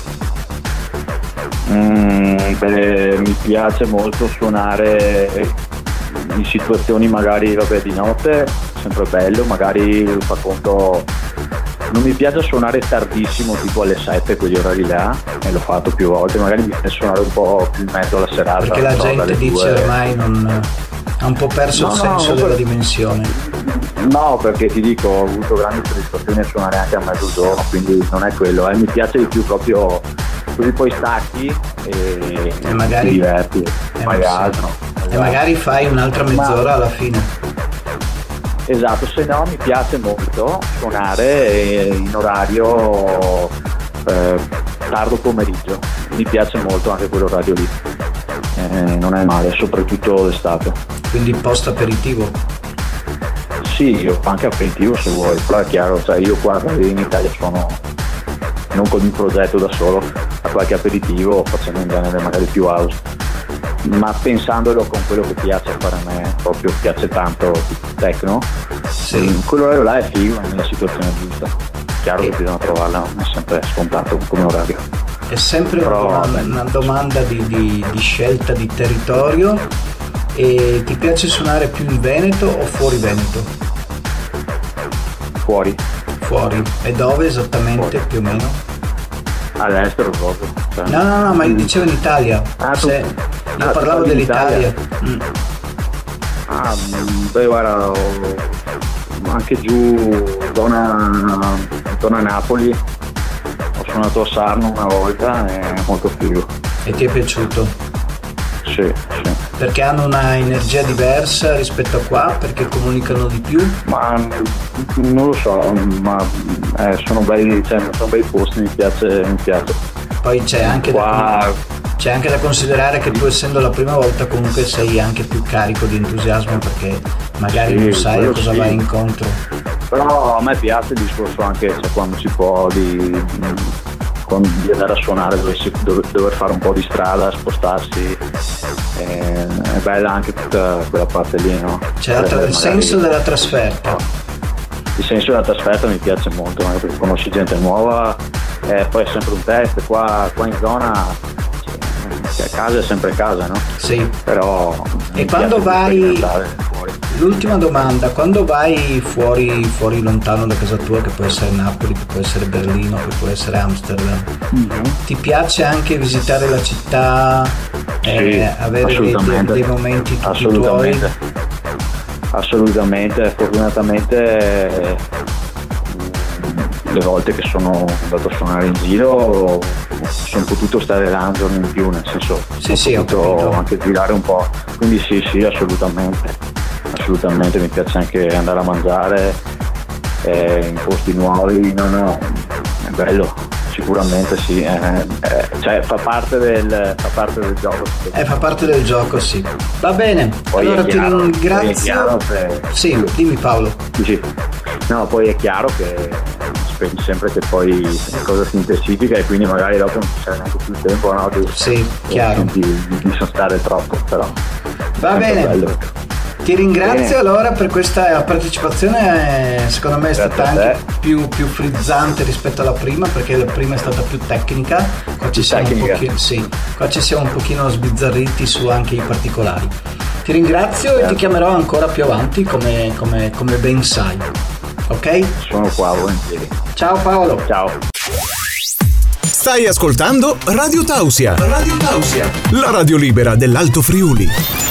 Mi piace molto suonare in situazioni magari di notte, sempre bello, magari fa conto, non mi piace suonare tardissimo, tipo alle 7, quegli orari là, e l'ho fatto più volte, magari mi piace suonare un po' più in mezzo alla serata. Perché la gente dice ormai ha un po' perso il senso della dimensione. No, perché ti dico, ho avuto grandi soddisfazioni a suonare anche a mezzogiorno, quindi non è quello, mi piace di più proprio così, poi stacchi e magari ti diverti, fai altro. E magari fai un'altra mezz'ora alla fine. Esatto, se no mi piace molto suonare in orario tardo pomeriggio, mi piace molto anche quell'orario lì, non è male, soprattutto d'estate. Quindi post aperitivo? Sì, anche aperitivo se vuoi, però è chiaro, io qua in Italia suono non con un progetto da solo, a qualche aperitivo facendo un genere magari più house, ma pensandolo con quello che piace fare a me, proprio piace tanto techno, sì. Quell'orario là è figo nella situazione giusta, chiaro che bisogna trovarla, non è sempre scontato come orario. È sempre una domanda di scelta di territorio. E ti piace suonare più in Veneto o fuori Veneto? Fuori. E dove esattamente? Fuori. Più o meno? All'estero proprio. No, ma io dicevo in Italia. Io parlavo dell'Italia. Guarda, anche giù zona Napoli ho sono andato a Sarno una volta, è molto figo. E ti è piaciuto? Sì. Perché hanno una energia diversa rispetto a qua? Perché comunicano di più? Ma non lo so, ma sono belli, sono bei posti, mi piace. Poi c'è anche da considerare che tu, essendo la prima volta, comunque sei anche più carico di entusiasmo, perché magari non sai a cosa vai incontro. Però a me piace il discorso anche quando si può di andare a suonare, dover fare un po' di strada, spostarsi, è bella anche tutta quella parte lì, no? C'è il senso della trasferta. Il senso della trasferta mi piace molto, perché conosci gente nuova, poi è sempre un test, qua in zona a casa è sempre casa, no? Sì. Però e quando vai, l'ultima domanda, quando vai fuori lontano da casa tua, che può essere Napoli, che può essere Berlino, che può essere Amsterdam, ti piace anche visitare la città, avere dei momenti tutti tuoi? Assolutamente, fortunatamente le volte che sono andato a suonare in giro sono potuto stare là un giorno in più, nel senso ho potuto anche girare un po', quindi sì, assolutamente mi piace anche andare a mangiare in posti nuovi, è bello, sicuramente sì, fa parte del gioco. Fa parte del gioco, sì. Va bene, poi allora ti ringrazio. Sì, dimmi Paolo. Sì. No, poi è chiaro che speri sempre che poi la cosa si intensifica e quindi magari dopo non ci sarà neanche più il tempo, no? Chiaro. Di sostare troppo, però. Va bene. Bello. Ti ringrazio allora per questa partecipazione, secondo me è stata anche più frizzante rispetto alla prima, perché la prima è stata più tecnica, qua ci siamo un pochino sbizzarriti su anche i particolari. Ti ringrazio e ti chiamerò ancora più avanti come ben sai, ok? Sono qua, volentieri. Ciao Paolo. Ciao. Stai ascoltando Radio Tausia, la radio libera dell'Alto Friuli.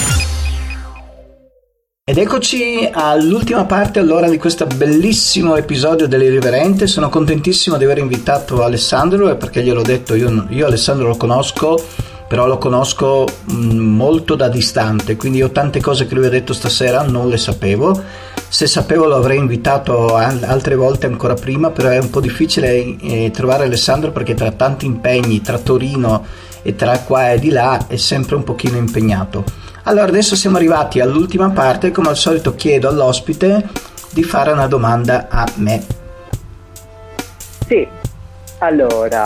Ed eccoci all'ultima parte allora di questo bellissimo episodio dell'Irriverente. Sono contentissimo di aver invitato Alessandro, perché gliel'ho detto, io Alessandro lo conosco, però lo conosco molto da distante, quindi io tante cose che lui ha detto stasera non le sapevo. Se sapevo lo avrei invitato altre volte ancora prima, però è un po' difficile trovare Alessandro, perché tra tanti impegni, tra Torino e tra qua e di là, è sempre un pochino impegnato. Allora adesso siamo arrivati all'ultima parte, come al solito chiedo all'ospite di fare una domanda a me. Sì, allora,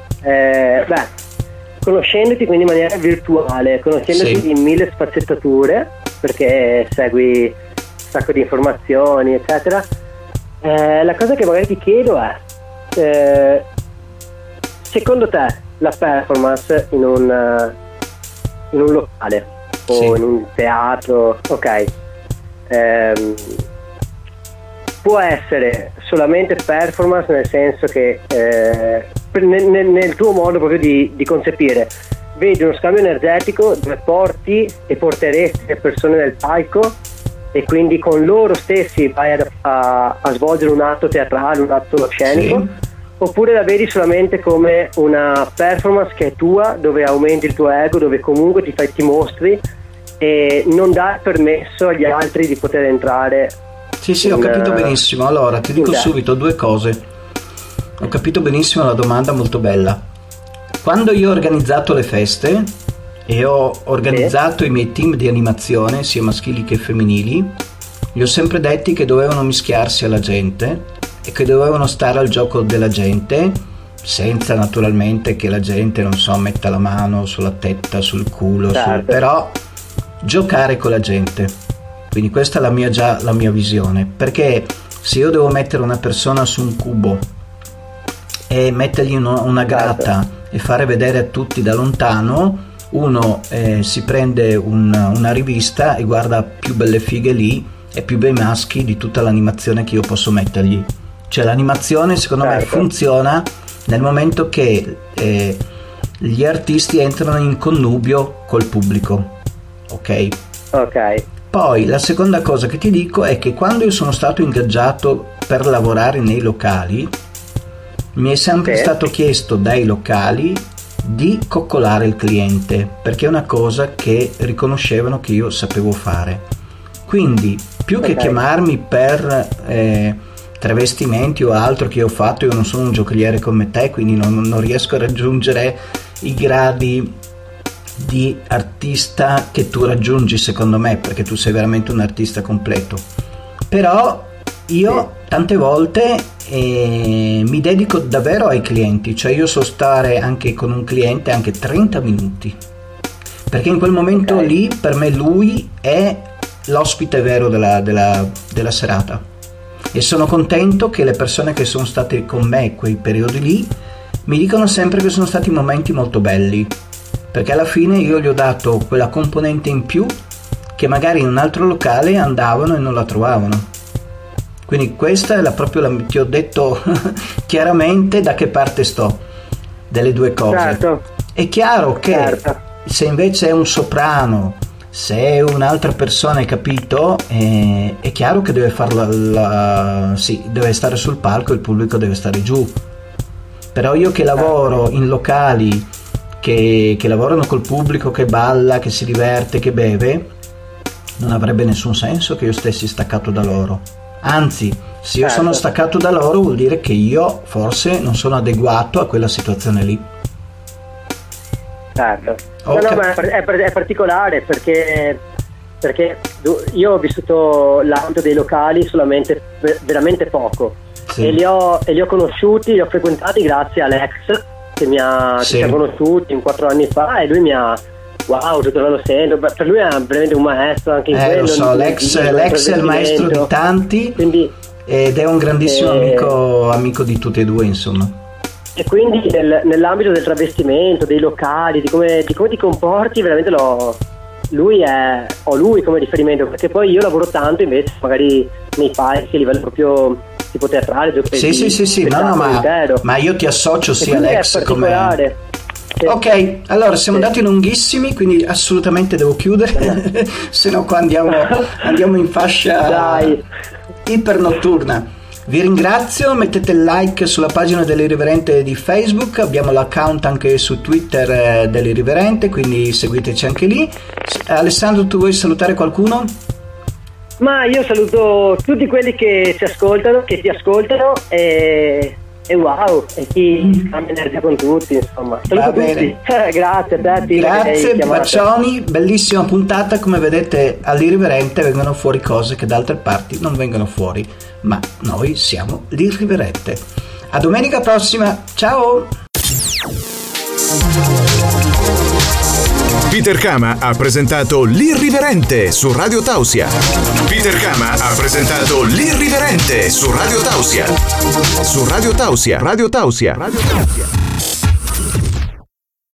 conoscendoti quindi in maniera virtuale, conoscendoti in 1000 sfaccettature, perché segui un sacco di informazioni eccetera, la cosa che magari ti chiedo è, secondo te la performance in un locale o in un teatro, può essere solamente performance, nel senso che nel tuo modo proprio di concepire, vedi uno scambio energetico dove porti e porteresti le persone nel palco e quindi con loro stessi vai a svolgere un atto teatrale, un atto scenico, oppure la vedi solamente come una performance che è tua, dove aumenti il tuo ego, dove comunque ti mostri e non dai permesso agli altri di poter entrare? Sì, ho capito benissimo. Allora ti dico subito due cose. Ho capito benissimo la domanda, molto bella. Quando io ho organizzato le feste e ho organizzato i miei team di animazione, sia maschili che femminili, gli ho sempre detti che dovevano mischiarsi alla gente e che dovevano stare al gioco della gente, senza naturalmente che la gente, non so, metta la mano sulla testa, sul culo, però giocare con la gente. Quindi questa è la mia visione, perché se io devo mettere una persona su un cubo e mettergli una grata e fare vedere a tutti da lontano, uno si prende una rivista e guarda più belle fighe lì e più bei maschi di tutta l'animazione che io posso mettergli. Cioè l'animazione secondo me funziona nel momento che gli artisti entrano in connubio col pubblico, ok? Poi la seconda cosa che ti dico è che quando io sono stato ingaggiato per lavorare nei locali, mi è sempre stato chiesto dai locali di coccolare il cliente, perché è una cosa che riconoscevano che io sapevo fare. Quindi più che chiamarmi per travestimenti o altro che ho fatto, io non sono un giocoliere come te, quindi non riesco a raggiungere i gradi di artista che tu raggiungi, secondo me, perché tu sei veramente un artista completo. Però io tante volte mi dedico davvero ai clienti, cioè io so stare anche con un cliente anche 30 minuti, perché in quel momento lì per me lui è l'ospite vero della serata, e sono contento che le persone che sono state con me quei periodi lì mi dicono sempre che sono stati momenti molto belli, perché alla fine io gli ho dato quella componente in più che magari in un altro locale andavano e non la trovavano. Quindi questa è ti ho detto chiaramente da che parte sto delle due cose. Certo. È chiaro che se invece è un soprano, se è un'altra persona, hai capito, è chiaro che deve farlo, deve stare sul palco e il pubblico deve stare giù. Però io che lavoro in locali che lavorano col pubblico, che balla, che si diverte, che beve, non avrebbe nessun senso che io stessi staccato da loro. Anzi, se io sono staccato da loro vuol dire che io forse non sono adeguato a quella situazione lì. Certo. Ma è particolare perché io ho vissuto l'ambito dei locali solamente veramente poco, e li ho conosciuti, li ho frequentati grazie a Alex che ci ha conosciuti 4 anni fa, e lui mi ha tutto l'anno sento, per lui è veramente un maestro anche in quello. Lo so, Alex è il maestro di tanti, quindi, ed è un grandissimo amico di tutti e due, insomma. E quindi nell'ambito del travestimento, dei locali, di come ti comporti, veramente ho lui come riferimento, perché poi io lavoro tanto invece magari nei palchi a livello proprio tipo teatrale, sì, ma io ti associo sia Alex come... Ok, allora siamo andati lunghissimi, quindi assolutamente devo chiudere, se no qua andiamo in fascia ipernotturna. Vi ringrazio, mettete il like sulla pagina dell'Irriverente di Facebook, abbiamo l'account anche su Twitter dell'Irriverente, quindi seguiteci anche lì. Alessandro, tu vuoi salutare qualcuno? Ma io saluto tutti quelli che ti ascoltano e chi cambia energia con tutti, insomma. Saluto tutti. Grazie a te. Grazie, bacioni, bellissima puntata. Come vedete all'Irriverente vengono fuori cose che da altre parti non vengono fuori, ma noi siamo l'Irriverente. A domenica prossima, ciao! Peter Kama ha presentato L'Irriverente su Radio Tausia. Peter Kama ha presentato L'Irriverente su Radio Tausia. Su Radio Tausia. Radio Tausia. Radio Tausia.